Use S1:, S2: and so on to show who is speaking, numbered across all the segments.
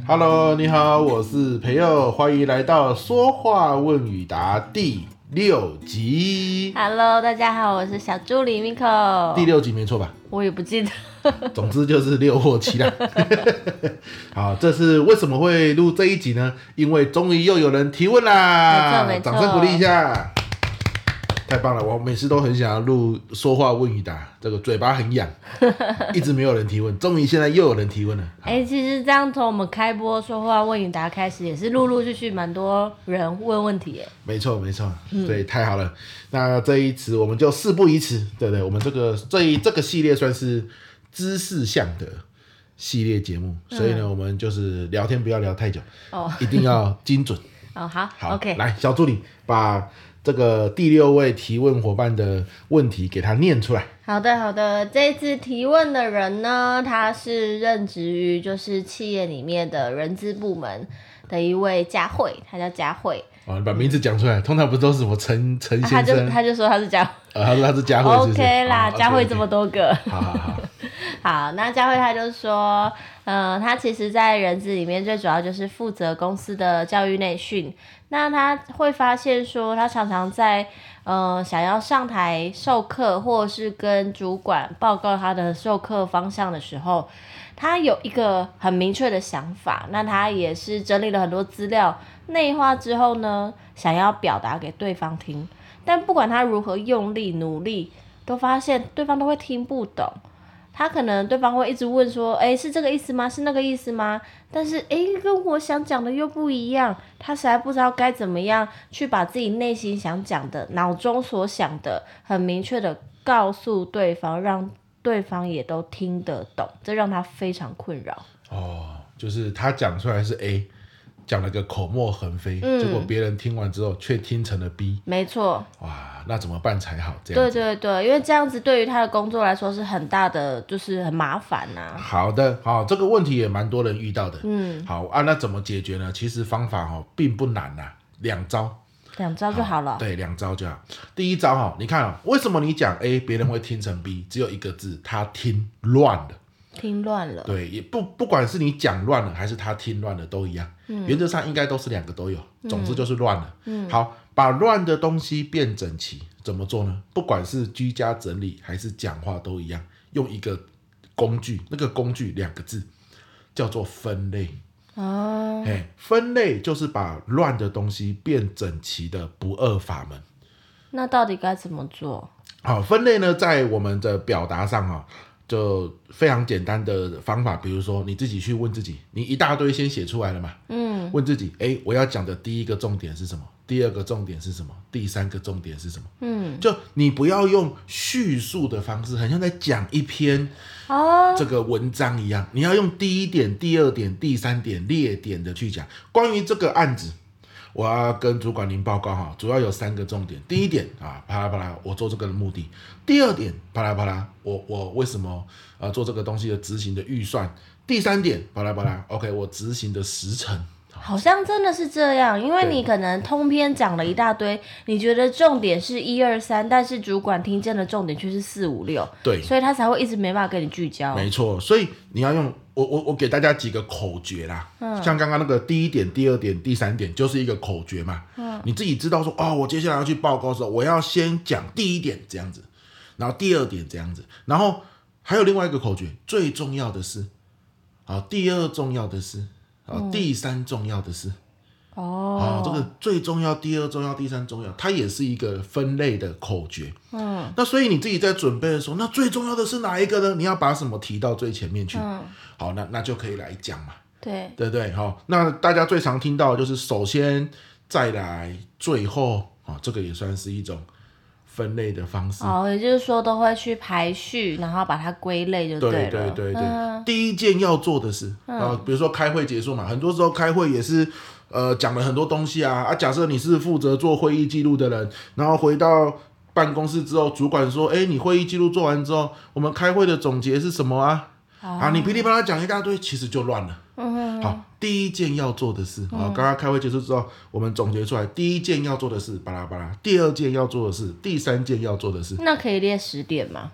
S1: Hello， 你好，我是培佑，欢迎来到说话问与答第6集。
S2: Hello， 大家好，我是小助理 Miko。
S1: 第6集没错吧？
S2: 我也不记得。
S1: 总之就是6或7啦。好，这是为什么会录这一集呢？因为终于又有人提问啦，
S2: 没错，
S1: 掌声鼓励一下。太棒了，我每次都很想要录说话问与答，这个嘴巴很痒，一直没有人提问，终于现在又有人提问了。
S2: 其实这样从我们开播说话问与答开始，也是陆陆续续蛮多人问问题耶。
S1: 没错，对，太好了。那这一次我们就事不宜迟，对不对？我们这个系列算是知识向的系列节目，所以呢，我们就是聊天不要聊太久，一定要精准。
S2: 好 ，OK。
S1: 来，小助理把这个第6位提问伙伴的问题给他念出来。
S2: 好的，这次提问的人呢，他是任职于就是企业里面的人资部门的一位佳慧，他叫佳慧。
S1: 你把名字讲出来，通常不都是我陈先生？
S2: 他就说他是佳慧。
S1: 他说他是佳慧是不是
S2: ，OK 啦，佳慧这么多个。
S1: 好，
S2: 那佳慧他就说，他其实在人资里面最主要就是负责公司的教育内训。那他会发现说，他常常在想要上台授课，或者是跟主管报告他的授课方向的时候，他有一个很明确的想法。那他也是整理了很多资料，内化之后呢，想要表达给对方听。但不管他如何用力努力，都发现对方都会听不懂。他可能对方会一直问说，是这个意思吗？是那个意思吗？但是跟我想讲的又不一样，他实在不知道该怎么样去把自己内心想讲的、脑中所想的很明确的告诉对方，让对方也都听得懂，这让他非常困扰。
S1: 就是他讲出来是 A， 讲了个口沫横飞，结果别人听完之后却听成了 B。
S2: 没错。
S1: 哇，那怎么办才好？这样子。
S2: 对，因为这样子对于他的工作来说是很大的，就是很麻烦呐。
S1: 好，这个问题也蛮多人遇到的。好那怎么解决呢？其实方法并不难呐，2招。
S2: 2招就好了。
S1: 对，2招就好。第一招你看为什么你讲 A， 别人会听成 B？ 只有一个字，他听乱了。
S2: 听乱了。
S1: 对，也不管是你讲乱了还是他听乱了都一样，原则上应该都是2个都有，总之就是乱了。好，把乱的东西变整齐，怎么做呢？不管是居家整理还是讲话都一样，用一个工具，那个工具2个字叫做分类。分类就是把乱的东西变整齐的不二法门。
S2: 那到底该怎么做？
S1: 好，分类呢，在我们的表达上就非常简单的方法，比如说你自己去问自己，你一大堆先写出来了嘛，问自己，我要讲的第1个重点是什么？第2个重点是什么？第3个重点是什么？就你不要用叙述的方式，很像在讲一篇这个文章一样，你要用第1点、第2点、第3点列点的去讲。关于这个案子，我要跟主管您报告主要有3个重点。第1点啪啦啪啦，我做这个的目的。第2点啪啦啪啦，我为什么做这个东西的执行的预算。第3点啪啦啪啦 ，OK， 我执行的时程。
S2: 好像真的是这样，因为你可能通篇讲了一大堆，你觉得重点是1、2、3，但是主管听见的重点却是4、5、6，
S1: 对，
S2: 所以他才会一直没办法跟你聚焦。
S1: 没错，所以你要用我给大家几个口诀啦，像刚刚那个第1点、第2点、第3点就是一个口诀嘛，你自己知道说我接下来要去报告的时候，我要先讲第1点这样子，然后第2点这样子，然后还有另外一个口诀，最重要的是第2重要的是第3重要的是这个最重要、第2重要、第3重要，它也是一个分类的口诀。那所以你自己在准备的时候，那最重要的是哪一个呢？你要把什么提到最前面去？好，那就可以来讲嘛。
S2: 对
S1: 不对？那大家最常听到的就是首先、再来、最后这个也算是一种分类的方式。
S2: 也就是说都会去排序，然后把它归类就对了。
S1: 对，第一件要做的事比如说开会结束嘛，很多时候开会也是讲了很多东西假设你是负责做会议记录的人，然后回到办公室之后，主管说你会议记录做完之后，我们开会的总结是什么你噼里啪啦讲一大堆，其实就乱了。好，第一件要做的事刚刚开会结束之后，我们总结出来，第一件要做的事巴拉巴拉，第2件要做的事，第3件要做的事。
S2: 那可以列10点吗？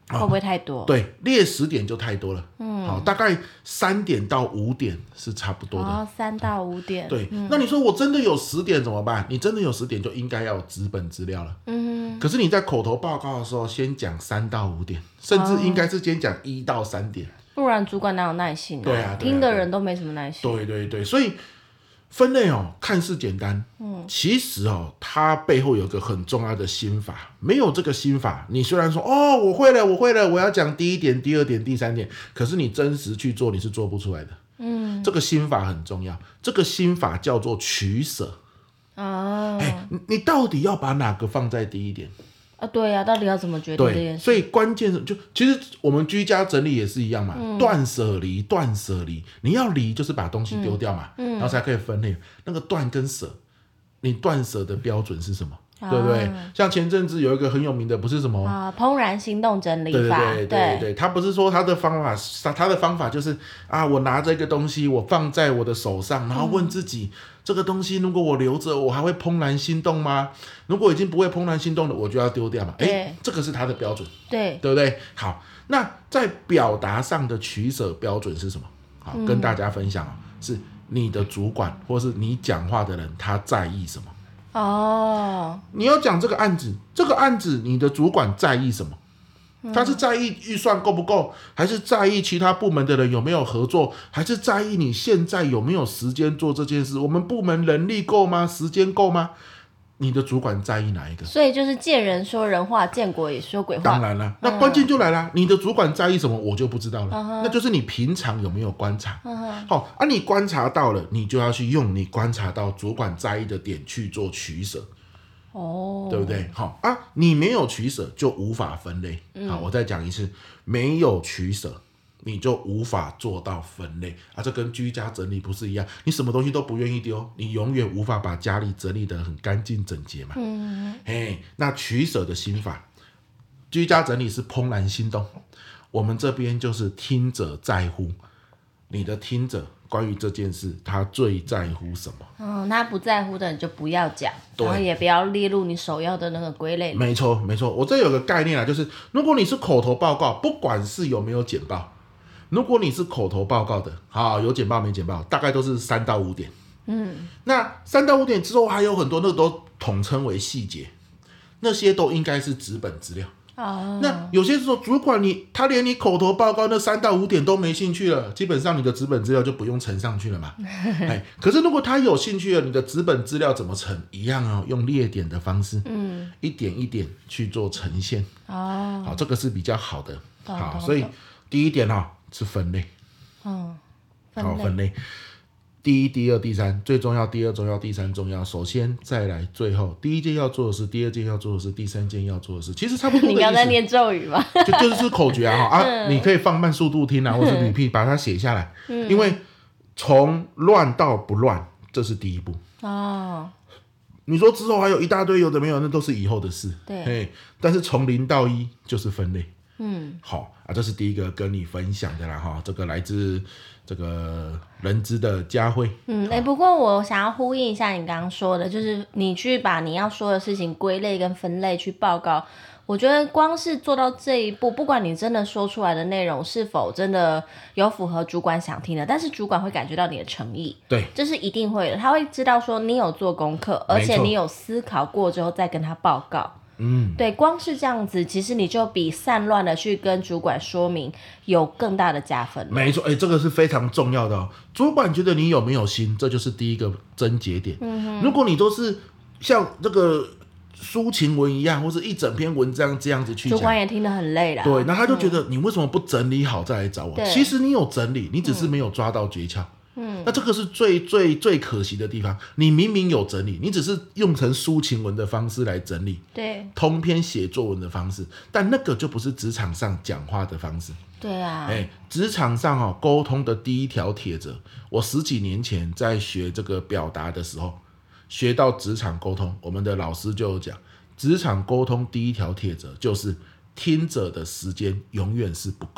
S2: 会不会太多？
S1: 对，列10点就太多了。好，大概3点到5点是差不多的。
S2: 3到5点。
S1: 对，那你说我真的有10点怎么办？你真的有10点就应该要有纸本资料了。可是你在口头报告的时候，先讲3到5点，甚至应该是先讲1到3点。
S2: 不然主管哪有耐心啊？
S1: 对啊，
S2: 听的人都没什么耐心。
S1: 对，所以分类看似简单，其实它背后有一个很重要的心法。没有这个心法，你虽然说我会了，我要讲第1点、第2点、第3点，可是你真实去做，你是做不出来的。这个心法很重要，这个心法叫做取舍。你到底要把哪个放在第1点？
S2: 对啊，到底要怎么决定这件事？
S1: 所以关键是其实我们居家整理也是一样嘛，断舍离，你要离就是把东西丢掉嘛，然后才可以分类。那个断跟舍，你断舍的标准是什么？对不对？像前阵子有一个很有名的，不是什么
S2: 怦然心动整理法？
S1: 对，他不是说他的方法就是我拿这个东西，我放在我的手上，然后问自己，这个东西如果我留着，我还会怦然心动吗？如果已经不会怦然心动了，我就要丢掉嘛。这个是他的标准，对不对？好，那在表达上的取舍标准是什么？好，跟大家分享是你的主管或是你讲话的人，他在意什么？你要讲这个案子你的主管在意什么？他是在意预算够不够，还是在意其他部门的人有没有合作，还是在意你现在有没有时间做这件事？我们部门人力够吗？时间够吗？你的主管在意哪一个？
S2: 所以就是见人说人话，见鬼也说鬼话。
S1: 当然了，那关键就来了，你的主管在意什么，我就不知道了。那就是你平常有没有观察。你观察到了，你就要去用你观察到主管在意的点去做取舍。对不对？你没有取舍就无法分类。我再讲一次，没有取舍你就无法做到分类这跟居家整理不是一样？你什么东西都不愿意丢，你永远无法把家里整理得很干净整洁嘛。那取舍的心法，居家整理是怦然心动，我们这边就是听者在乎。你的听者关于这件事他最在乎什么？
S2: 他不在乎的你就不要讲，然后也不要列入你首要的那个归类。
S1: 没错，我这有个概念就是如果你是口头报告，不管是有没有简报，如果你是口头报告的，有简报没简报，大概都是3到5点。那3到5点之后还有很多，那都统称为细节，那些都应该是纸本资料。那有些时候主管他连你口头报告那3到5点都没兴趣了，基本上你的纸本资料就不用呈上去了嘛。可是如果他有兴趣了，你的纸本资料怎么呈？一样用列点的方式，一点一点去做呈现。好，这个是比较好的。好，所以第1点是分类。分类。第1、第2、第3最重要，第2重要，第3重要，首先再来最后，第1件要做的事，第2件要做的事，第3件要做的事，其实差不多的意思。
S2: 你刚才念咒语吗？
S1: 就是口诀你可以放慢速度听或是repeat把它写下来。因为从乱到不乱，这是第1步。你说之后还有一大堆有的没有，那都是以后的事。
S2: 对，
S1: 但是从0到1就是分类。好这是第1个跟你分享的啦这个来自这个人资的佳慧。
S2: 不过我想要呼应一下你刚刚说的，就是你去把你要说的事情归类跟分类去报告。我觉得光是做到这一步，不管你真的说出来的内容是否真的有符合主管想听的，但是主管会感觉到你的诚意。
S1: 对，
S2: 这是一定会的，他会知道说你有做功课，而且你有思考过之后再跟他报告。对，光是这样子，其实你就比散乱的去跟主管说明有更大的加分了。
S1: 没错，这个是非常重要的主管觉得你有没有心，这就是第1个症结点。如果你都是像这个抒情文一样，或是一整篇文章这样子去讲，
S2: 主管也听得很累啦。
S1: 对，那他就觉得你为什么不整理好再来找我？其实你有整理，你只是没有抓到诀窍。那这个是最可惜的地方。你明明有整理，你只是用成抒情文的方式来整理，
S2: 对，
S1: 通篇写作文的方式，但那个就不是职场上讲话的方式。
S2: 对啊，
S1: 职场上沟通的第1条铁则，我10几年前在学这个表达的时候，学到职场沟通，我们的老师就有讲，职场沟通第1条铁则就是听者的时间永远是不够的。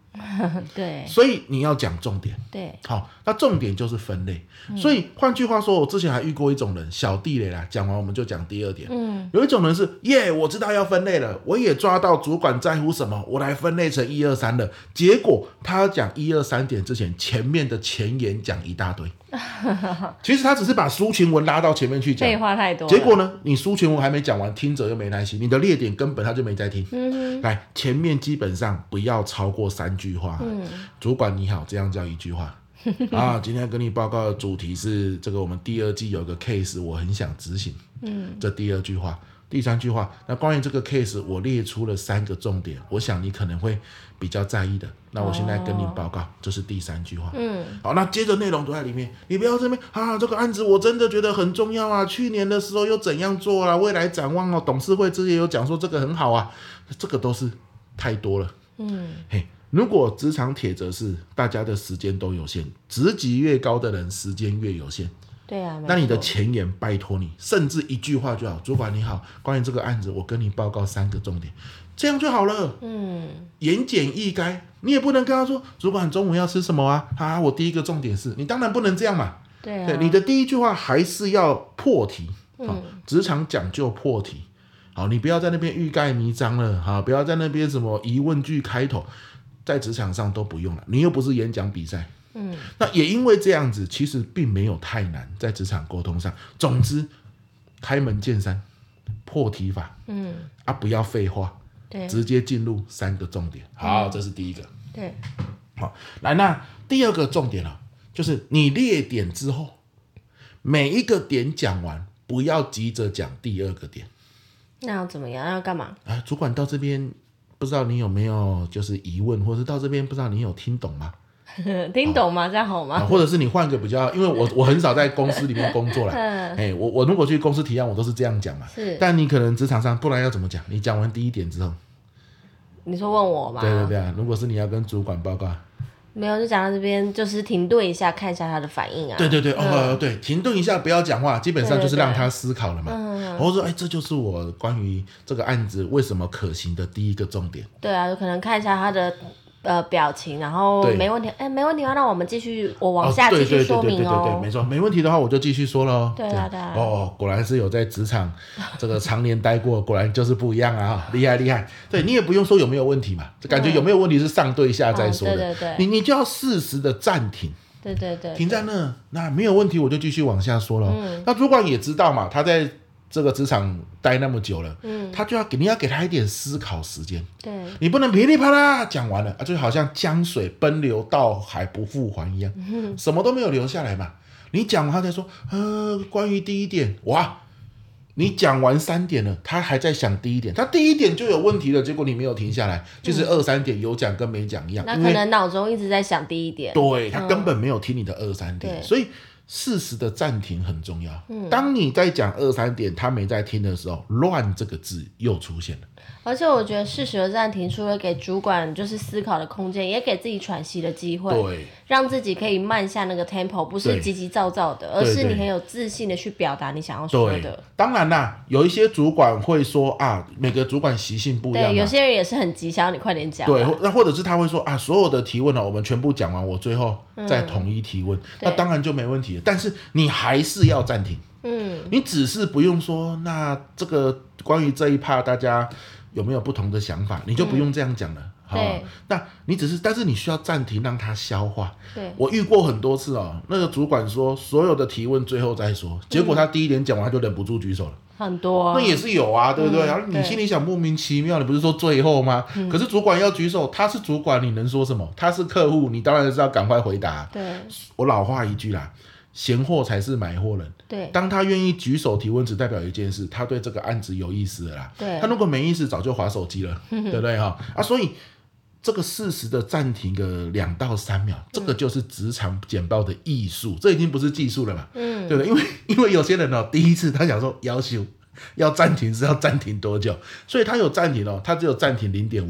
S2: 对，
S1: 所以你要讲重点。
S2: 对，
S1: 好，那重点就是分类。所以换句话说，我之前还遇过一种人，小地雷啦。讲完我们就讲第二点。有一种人是我知道要分类了，我也抓到主管在乎什么，我来分类成1、2、3了。结果他要讲1、2、3点之前，前面的前言讲一大堆。其实他只是把抒情文拉到前面去讲，
S2: 废话太多了。
S1: 结果呢，你抒情文还没讲完，听者又没耐心，你的列点根本他就没在听。来，前面基本上不要超过3句话。主管你好，这样叫1句话。今天跟你报告的主题是这个，我们第2季有个 case， 我很想执行。这第2句话。第3句话，那关于这个 case， 我列出了3个重点，我想你可能会比较在意的。那我现在跟你报告，这是第3句话。好，那接着内容都在里面，你不要这边这个案子我真的觉得很重要啊，去年的时候又怎样做啊，未来展望董事会之前有讲说这个很好啊，这个都是太多了。如果职场铁则是大家的时间都有限，职级越高的人时间越有限。
S2: 对啊，
S1: 那你的前言拜托你，甚至1句话就好。主管你好，关于这个案子，我跟你报告3个重点，这样就好了。言简意赅，你也不能跟他说，主管中午要吃什么啊？我第1个重点是，你当然不能这样嘛。
S2: 对啊，
S1: 你的第1句话还是要破题。职场讲究破题。好，你不要在那边欲盖弥彰了，不要在那边什么疑问句开头，在职场上都不用了，你又不是演讲比赛。那也因为这样子，其实并没有太难，在职场沟通上。总之，开门见山，破题法。不要废话，直接进入3个重点。好，这是第1个。
S2: 对，
S1: 好，来，那第2个重点就是你列点之后，每一个点讲完，不要急着讲第2个点。
S2: 那要怎么样？要干嘛？
S1: 主管到这边不知道你有没有就是疑问，或是到这边不知道你有听懂吗？
S2: 听懂吗？这样好吗？
S1: 或者是你换个比较，因为我很少在公司里面工作啦。我如果去公司提案，我都是这样讲嘛。但你可能职场上，不然要怎么讲？你讲完第1点之后，
S2: 你说问我吗？
S1: 对啊，如果是你要跟主管报告，
S2: 没有，就讲到这边，就是停顿一下，看一下他的反应啊。
S1: 对，对，停顿一下，不要讲话，基本上就是让他思考了嘛。我说，这就是我关于这个案子为什么可行的第1个重点。
S2: 对啊，就可能看一下他的表情，然后没问题，没问题的话，那我们继续，我往下继续说明哦。
S1: 对，没错，没问题的话我就继续说了。
S2: 对啊。
S1: 果然是有在职场这个常年待过，果然就是不一样啊，厉害。对，你也不用说有没有问题嘛，感觉有没有问题是上对下再说的。
S2: 对，
S1: 你就要适时的暂停。
S2: 对，
S1: 停在那没有问题，我就继续往下说了。那主管也知道嘛，他在这个职场待那么久了，他就你要给他一点思考时间。
S2: 对，
S1: 你不能噼里啪啦讲完了就好像江水奔流到海不复还一样，什么都没有留下来嘛。你讲完他再说，关于第1点，哇，你讲完3点了，他还在想第1点，他第1点就有问题了，结果你没有停下来，就是2、3点有讲跟没讲一样。
S2: 那可能脑中一直在想第1点，
S1: 对，他根本没有听你的2、3点，所以适时的暂停很重要。当你在讲2、3点，他没在听的时候，乱这个字又出现了。
S2: 而且我觉得适时的暂停，除了给主管就是思考的空间，也给自己喘息的机会，
S1: 对，
S2: 让自己可以慢下那个 tempo， 不是急急躁躁的，而是你很有自信的去表达你想要说的。
S1: 当然啦，有一些主管会说每个主管习性不一样嘛，
S2: 对，有些人也是很急，想要你快点讲。
S1: 对，那或者是他会说所有的提问我们全部讲完，我最后再统一提问，那当然就没问题了。但是你还是要暂停。你只是不用说，那这个关于这一 part 大家有没有不同的想法，你就不用这样讲了。那你但是你需要暂停让他消化。
S2: 对，
S1: 我遇过很多次那个主管说所有的提问最后再说，结果他第1点讲完他就忍不住举手了。
S2: 很多
S1: 那也是有对不对？你心里想莫名其妙，你不是说最后吗？可是主管要举手，他是主管，你能说什么？他是客户，你当然是要赶快回答。
S2: 对，
S1: 我老话一句啦，闲货才是买货人。
S2: 对，
S1: 当他愿意举手提问，只代表一件事，他对这个案子有意思了啦。
S2: 对，
S1: 他如果没意思，早就滑手机了，对不对所以这个适时的暂停个2到3秒，这个就是职场简报的艺术，这已经不是技术了嘛，对不对？因为有些人第一次他想说要暂停是要暂停多久，所以他有暂停他只有暂停0.5秒。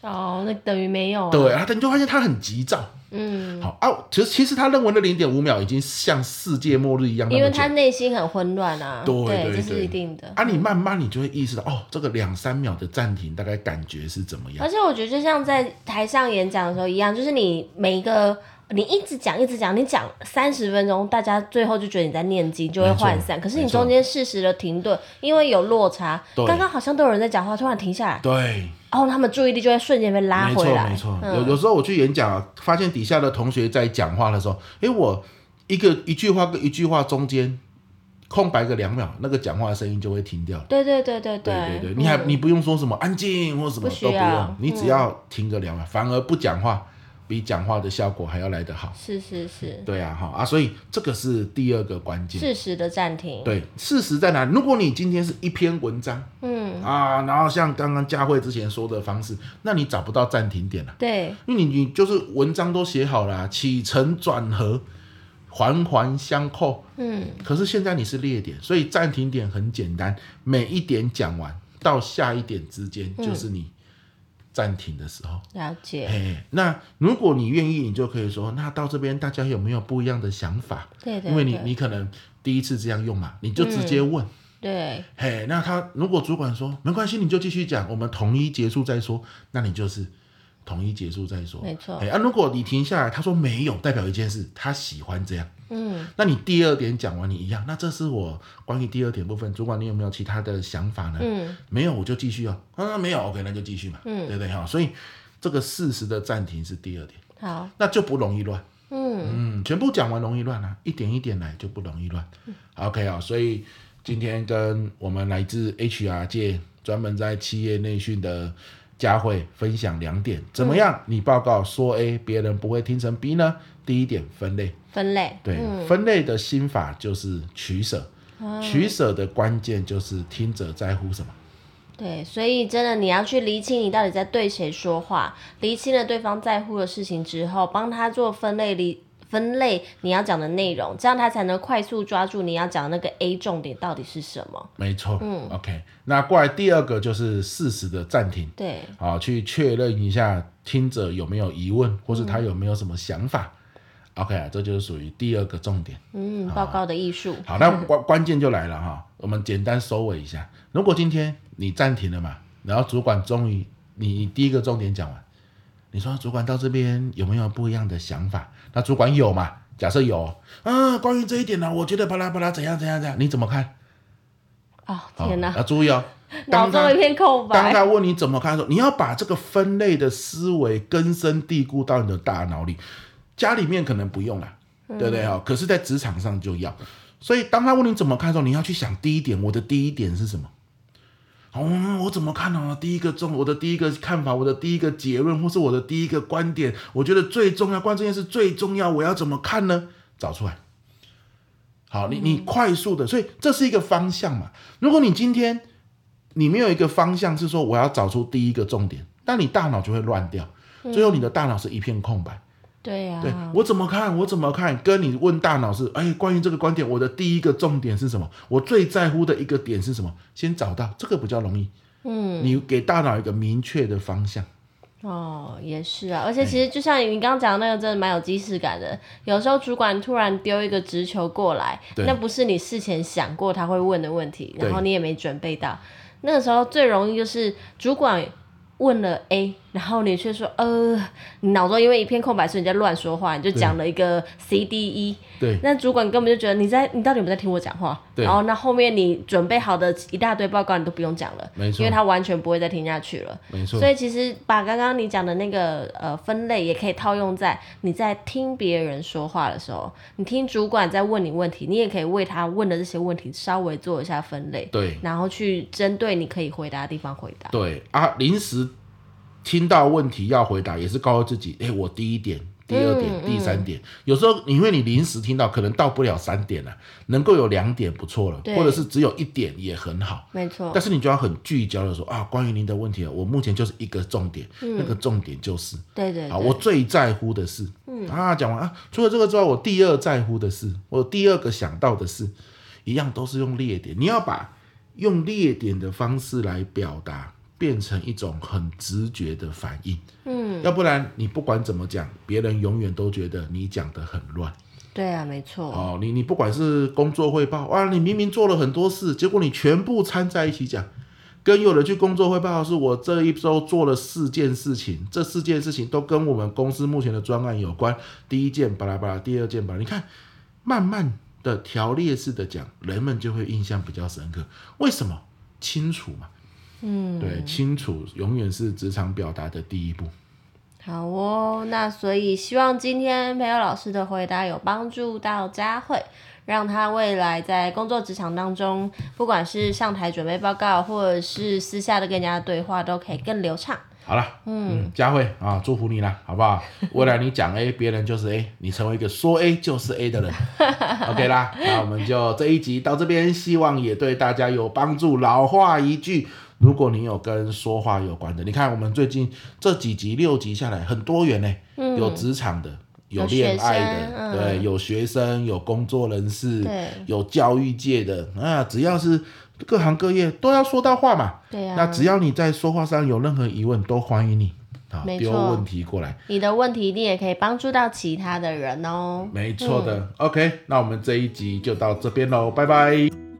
S2: 哦，那等于没有、啊。
S1: 对啊，你就发现他很急躁。好啊，其实他认为的0.5秒已经像世界末日一样那么久，
S2: 因为他内心很混乱啊。
S1: 对，
S2: 这是一定的。
S1: 啊，你慢慢你就会意识到，这个2-3秒的暂停大概感觉是怎么样。
S2: 而且我觉得就像在台上演讲的时候一样，就是你每一个。你一直讲，你讲30分钟，大家最后就觉得你在念经，就会涣散。可是你中间适时的停顿，因为有落差，刚刚好像都有人在讲话，突然停下来，
S1: 对，
S2: 然后他们注意力就会瞬间被拉回来。
S1: 没错，有时候我去演讲，发现底下的同学在讲话的时候，我一句话跟一句话中间空白个2秒，那个讲话的声音就会停掉。对，你不用说什么安静或什么都不用，你只要停个2秒，反而不讲话。比讲话的效果还要来得好。
S2: 是。
S1: 对啊，所以这个是第2个关键。
S2: 适时的暂停。
S1: 对，适时在哪里？如果你今天是一篇文章，然后像刚刚佳慧之前说的方式，那你找不到暂停点了。
S2: 对，
S1: 因为你就是文章都写好了，起承转合，环环相扣。可是现在你是列点，所以暂停点很简单，每一点讲完到下一点之间就是你暂停的时候。
S2: 了解。
S1: 那如果你愿意，你就可以说，那到这边大家有没有不一样的想法？
S2: 对，
S1: 因为你可能第一次这样用嘛，你就直接问。
S2: 对。
S1: 那如果主管说没关系，你就继续讲，我们统一结束再说，那你就是统一结束再说。
S2: 没错。
S1: 如果你停下来，他说没有，代表一件事，他喜欢这样。那你第2点讲完，你一样。那这是我关于第2点部分，主管你有没有其他的想法呢？没有，我就继续哦。没有 OK， 那就继续嘛。对不对？所以这个适时的暂停是第2点。
S2: 好，
S1: 那就不容易乱。全部讲完容易乱啊，一点一点来就不容易乱。OK 所以今天跟我们来自 HR 界专门在企业内训的佳慧分享2点，怎么样？你报告说 A， 别人不会听成 B 呢？第1点，分类。对，分类的心法就是取舍。取舍的关键就是听者在乎什么。
S2: 对，所以真的你要去厘清你到底在对谁说话，厘清了对方在乎的事情之后，帮他做分类你要讲的内容，这样他才能快速抓住你要讲的那个 A 重点到底是什么。
S1: 没错。OK， 那过来第2个就是适时的暂停。
S2: 对，
S1: 去确认一下听者有没有疑问，或是他有没有什么想法。OK， 这就是属于第2个重点。
S2: 报告的艺术。
S1: 好，那关键就来了我们简单收尾一下。如果今天你暂停了嘛，然后主管终于你第1个重点讲完，你说主管到这边有没有不一样的想法？那主管有嘛？假设有，关于这一点呢，我觉得巴拉巴拉怎样，你怎么看？
S2: 天哪！
S1: 要注意
S2: 脑中一片空白。
S1: 当他问你怎么看的时候，你要把这个分类的思维根深蒂固到你的大脑里。家里面可能不用啦，对不对？可是在职场上就要。所以当他问你怎么看的时候，你要去想第1点，我的第1点是什么？我怎么看呢？我的第一个看法，我的第1个结论，或是我的第1个观点，我觉得最重要，关这件事最重要，我要怎么看呢？找出来。好，你快速的，所以这是一个方向嘛。如果你今天你没有一个方向，是说我要找出第1个重点，那你大脑就会乱掉，最后你的大脑是一片空白。
S2: 对，
S1: 我怎么看？跟你问大脑是，关于这个观点，我的第1个重点是什么？我最在乎的一个点是什么？先找到这个比较容易。你给大脑一个明确的方向。
S2: 也是啊，而且其实就像你刚刚讲的那个，真的蛮有即视感的。有时候主管突然丢一个直球过来，那不是你事前想过他会问的问题，然后你也没准备到，那个时候最容易就是主管问了 A， 然后你却说你脑中因为一片空白，所以你在乱说话，你就讲了一个 C、D、E。对，那主管根本就觉得你到底有没有在听我讲话？然后那后面你准备好的一大堆报告你都不用讲了，没错，因为他完全不会再听下去了。没错，所以其实把刚刚你讲的那个分类也可以套用在你在听别人说话的时候，你听主管在问你问题，你也可以为他问的这些问题稍微做一下分类，对，然后去针对你可以回答的地方回答。对啊，临时听到问题要回答，也是告诉自己，我第1点。第2点、第3点，有时候因为你临时听到，可能到不了3点了，能够有2点不错了，或者是只有1点也很好，没错。但是你就要很聚焦的说关于您的问题我目前就是一个重点，那个重点就是对，我最在乎的是讲完除了这个之外，我第2在乎的是，我第2个想到的是，一样都是用列点，你要把用列点的方式来表达，
S1: 变成一种很直觉的反应。要不然你不管怎么讲，别人永远都觉得你讲得很乱。
S2: 对啊，没错。
S1: 你不管是工作汇报，哇，你明明做了很多事，结果你全部掺在一起讲。跟有人去工作汇报是我这一周做了4件事情，这4件事情都跟我们公司目前的专案有关。第一件巴拉巴拉，第二件巴拉，你看，慢慢的条列式的讲，人们就会印象比较深刻。为什么？清楚嘛。对，清楚永远是职场表达的第一步。
S2: 好哦，那所以希望今天培友老师的回答有帮助到佳慧，让他未来在工作职场当中，不管是上台准备报告，或者是私下的跟人家对话，都可以更流畅。
S1: 好了，佳慧啊，祝福你啦，好不好？未来你讲 A， 别人就是 A， 你成为一个说 A 就是 A 的人。OK 啦，那我们就这一集到这边，希望也对大家有帮助。老话一句，如果你有跟说话有关的，你看我们最近这几集6集下来很多元呢，有职场的，有恋爱的，对，有学生，有工作人士，有教育界的，只要是各行各业都要说到话嘛。对啊。那只要你在说话上有任何疑问，都欢迎你丢问题过来。
S2: 你的问题一定也可以帮助到其他的人哦。
S1: 没错的。OK， 那我们这一集就到这边喽，拜拜。